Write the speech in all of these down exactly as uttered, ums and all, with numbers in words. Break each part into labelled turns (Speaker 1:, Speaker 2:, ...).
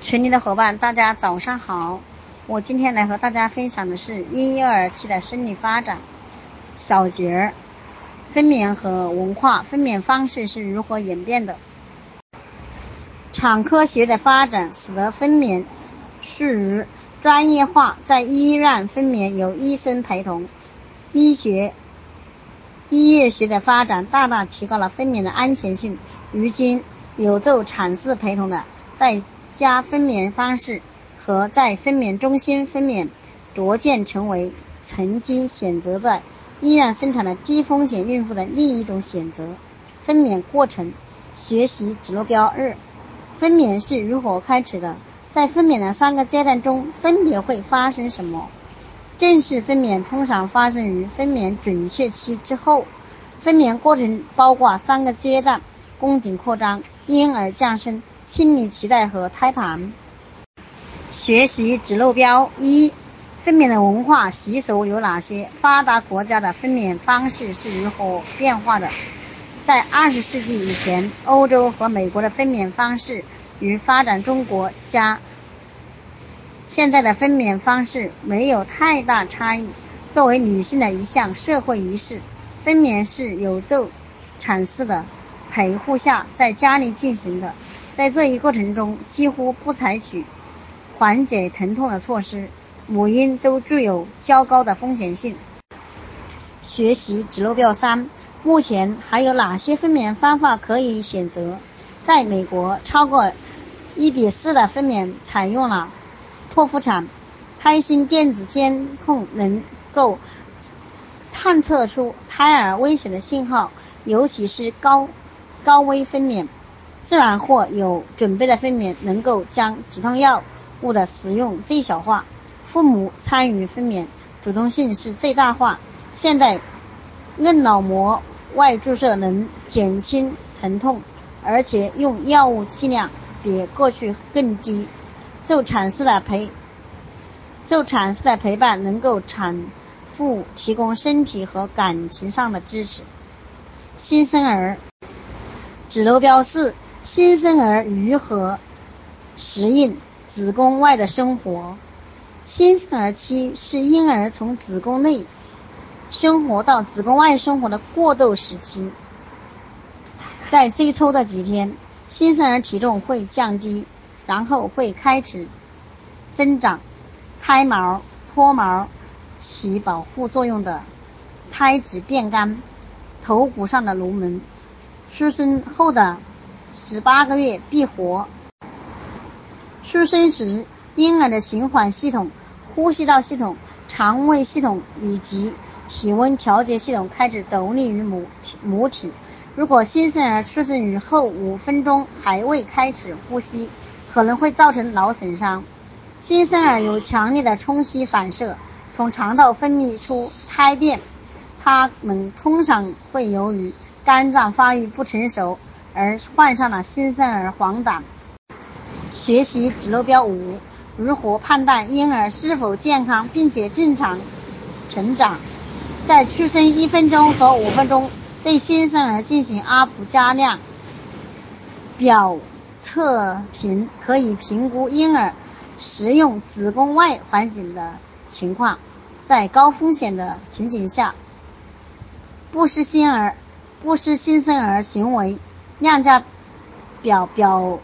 Speaker 1: 群里的伙伴大家早上好，我今天来和大家分享的是婴幼儿期的生理发展。小节分娩和文化分娩方式是如何演变的。产科学的发展使得分娩适于专业化，在医院分娩有医生陪同，医学医业学的发展大大提高了分娩的安全性。如今有奏产士陪同的在家分娩方式和在分娩中心分娩逐渐成为曾经选择在医院生产的低风险孕妇的另一种选择。分娩过程学习指路标二，分娩是如何开始的？在分娩的三个阶段中分别会发生什么？正式分娩通常发生于分娩准确期之后。分娩过程包括三个阶段：宫颈扩张、婴儿降生、清理脐带和胎盘。学习指路标一，分娩的文化习俗有哪些？发达国家的分娩方式是如何变化的？在二十世纪以前，欧洲和美国的分娩方式与发展中国家现在的分娩方式没有太大差异。作为女性的一项社会仪式，分娩是有奏产士的陪护下在家里进行的。在这一过程中几乎不采取缓解疼痛的措施，母婴都具有较高的风险性。学习指路标三，目前还有哪些分娩方法可以选择？在美国，超过一比四的分娩采用了剖腹产，胎心电子监控能够探测出胎儿危险的信号，尤其是高高危分娩。自然或有准备的分娩能够将止痛药物的使用最小化，父母参与分娩主动性是最大化。现在硬脑膜外注射能减轻疼痛，而且用药物剂量比过去更低。奏产士的陪奏产士的陪伴能够产妇提供身体和感情上的支持。新生儿指路标四，新生儿如何适应子宫外的生活？新生儿期是婴儿从子宫内生活到子宫外生活的过渡时期。在最初的几天，新生儿体重会降低，然后会开始增长。胎毛、脱毛起保护作用的胎质变干，头骨上的颅门出生后的十八个月闭活。出生时，婴儿的循环系统、呼吸道系统、肠胃系统以及体温调节系统开始独立于母体母体。如果新生儿出生于后五分钟还未开始呼吸，可能会造成脑损伤。新生儿有强烈的冲吸反射，从肠道分泌出胎便，它们通常会由于肝脏发育不成熟而患上了新生儿黄疸。学习指路标五，如何判断婴儿是否健康并且正常成长？在出生一分钟和五分钟对新生儿进行阿普加量表测评，可以评估婴儿使用子宫外环境的情况。在高风险的情景下，不施新儿不施新生儿行为量价表表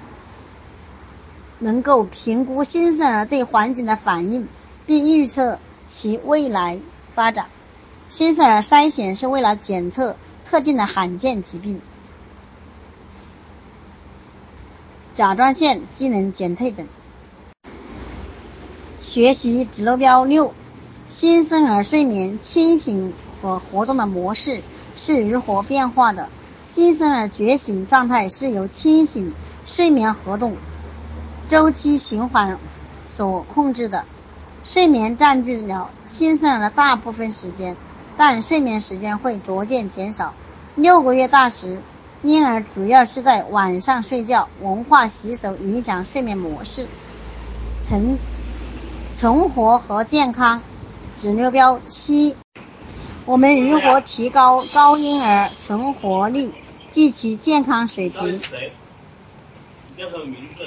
Speaker 1: 能够评估新生儿对环境的反应，并预测其未来发展。新生儿筛选是为了检测特定的罕见疾病，甲状腺机能减退等。学习指路标六，新生儿睡眠清醒和活动的模式是如何变化的？新生儿觉醒状态是由清醒、睡眠活动、周期循环所控制的。睡眠占据了新生儿的大部分时间，但睡眠时间会逐渐减少。六个月大时，婴儿主要是在晚上睡觉。文化习俗影响睡眠模式。存存活和健康指路标七，我们如何提高高婴儿存活率及其健康水平？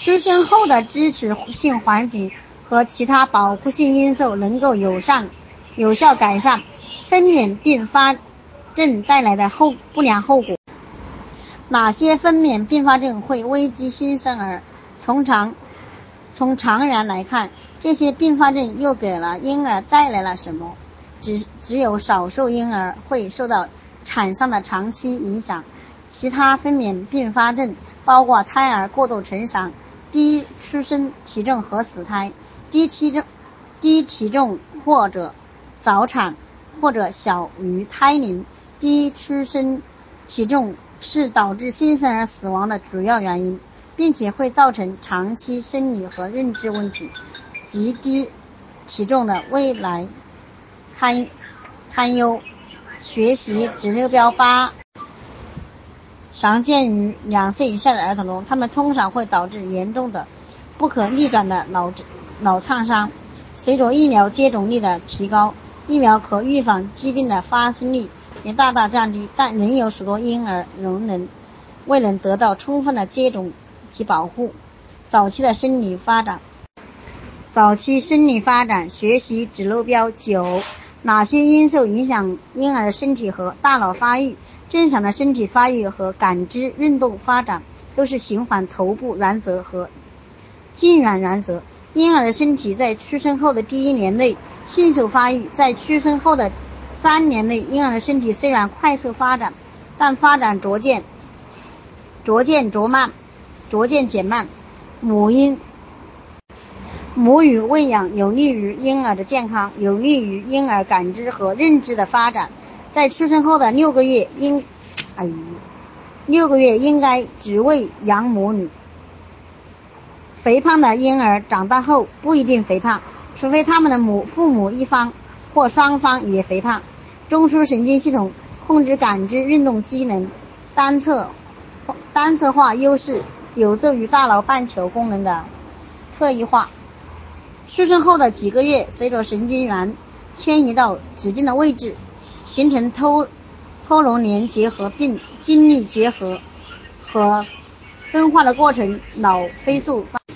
Speaker 1: 出生后的支持性环境和其他保护性因素能够有效有效改善分娩并发症带来的后不良后果。哪些分娩并发症会危及新生儿？从长从长远来看，这些并发症又给了婴儿带来了什么？只只有少数婴儿会受到产上的长期影响。其他分娩并发症包括胎儿过度成长、低出生体重和死胎、低体重、低体重或者早产或者小于胎龄。低出生体重是导致新生儿死亡的主要原因，并且会造成长期生理和认知问题。极低体重的未来堪堪忧。学习指六标八常见于两岁以下的儿童中，他们通常会导致严重的不可逆转的脑脑创伤。随着疫苗接种率的提高，疫苗可预防疾病的发生率也大大降低，但仍有许多婴儿仍能未能得到充分的接种及保护。早期的生理发展。早期生理发展学习指路标九，哪些因素影响婴儿身体和大脑发育？正常的身体发育和感知运动发展都是循环头部原则和近远原则。婴儿的身体在出生后的第一年内迅速发育，在出生后的三年内，婴儿的身体虽然快速发展，但发展逐渐逐渐逐慢逐渐减慢。母婴母乳喂养有利于婴儿的健康，有利于婴儿感知和认知的发展。在出生后的六个月应哎六个月应该只喂养母乳。肥胖的婴儿长大后不一定肥胖，除非他们的母父母一方或双方也肥胖。中枢神经系统控制感知运动机能，单侧单侧化优势有助于大脑半球功能的特异化。出生后的几个月，随着神经元迁移到指定的位置，形成偷偷笼连结合并精力结合和分化的过程，脑飞速发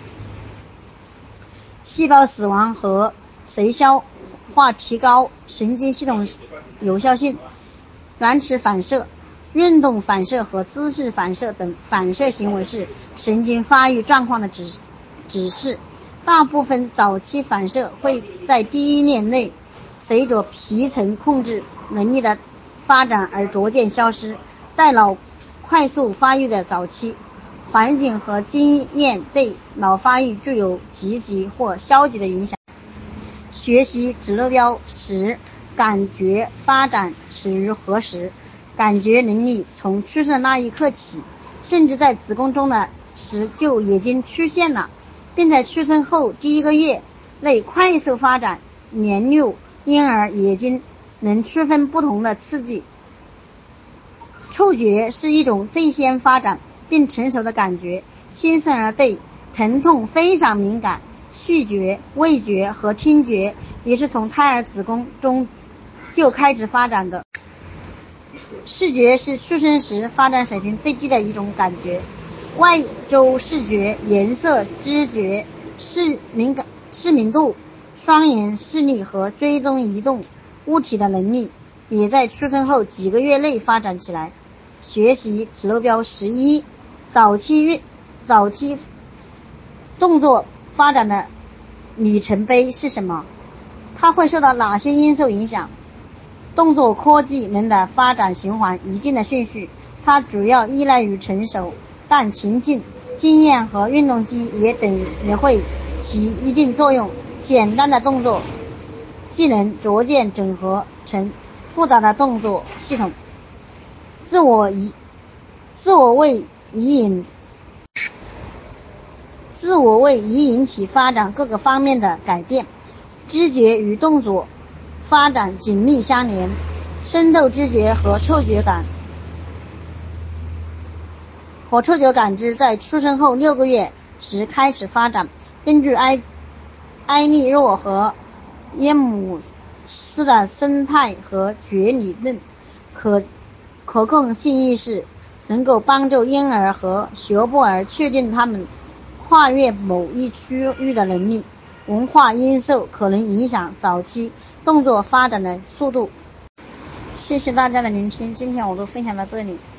Speaker 1: 细胞死亡和髓消化提高神经系统有效性。原始反射、运动反射和姿势反射等反射行为是神经发育状况的指指示。大部分早期反射会在第一年内随着皮层控制能力的发展而逐渐消失。在脑快速发育的早期，环境和经验对脑发育具有积极或消极的影响。学习指路标十，感觉发展始于何时？感觉能力从出生的那一刻起，甚至在子宫中的时就已经出现了，并在出生后第一个月内快速发展。年幼婴儿已经能区分不同的刺激。触觉是一种最先发展并成熟的感觉，新生儿对疼痛非常敏感，嗅觉、味觉和听觉也是从胎儿子宫中就开始发展的。视觉是出生时发展水平最低的一种感觉，外周视觉、颜色知觉、视敏感视敏度、双眼视力和追踪移动物体的能力也在出生后几个月内发展起来。学习指路标十一，早期运早期动作发展的里程碑是什么？它会受到哪些因素影响？动作科技能的发展循环一定的顺序，它主要依赖于成熟，但情境、经验和运动机也等也会起一定作用。简单的动作技能逐渐整合成复杂的动作系统。自我以自我为以引自我为以引起发展各个方面的改变。知觉与动作发展紧密相连，深度知觉和触觉感和触觉感知在出生后六个月时开始发展。根据埃埃利若和耶姆斯的生态和觉理论，可可控性意识能够帮助婴儿和学步儿确定他们跨越某一区域的能力。文化因素可能影响早期动作发展的速度。谢谢大家的聆听，今天我都分享到这里。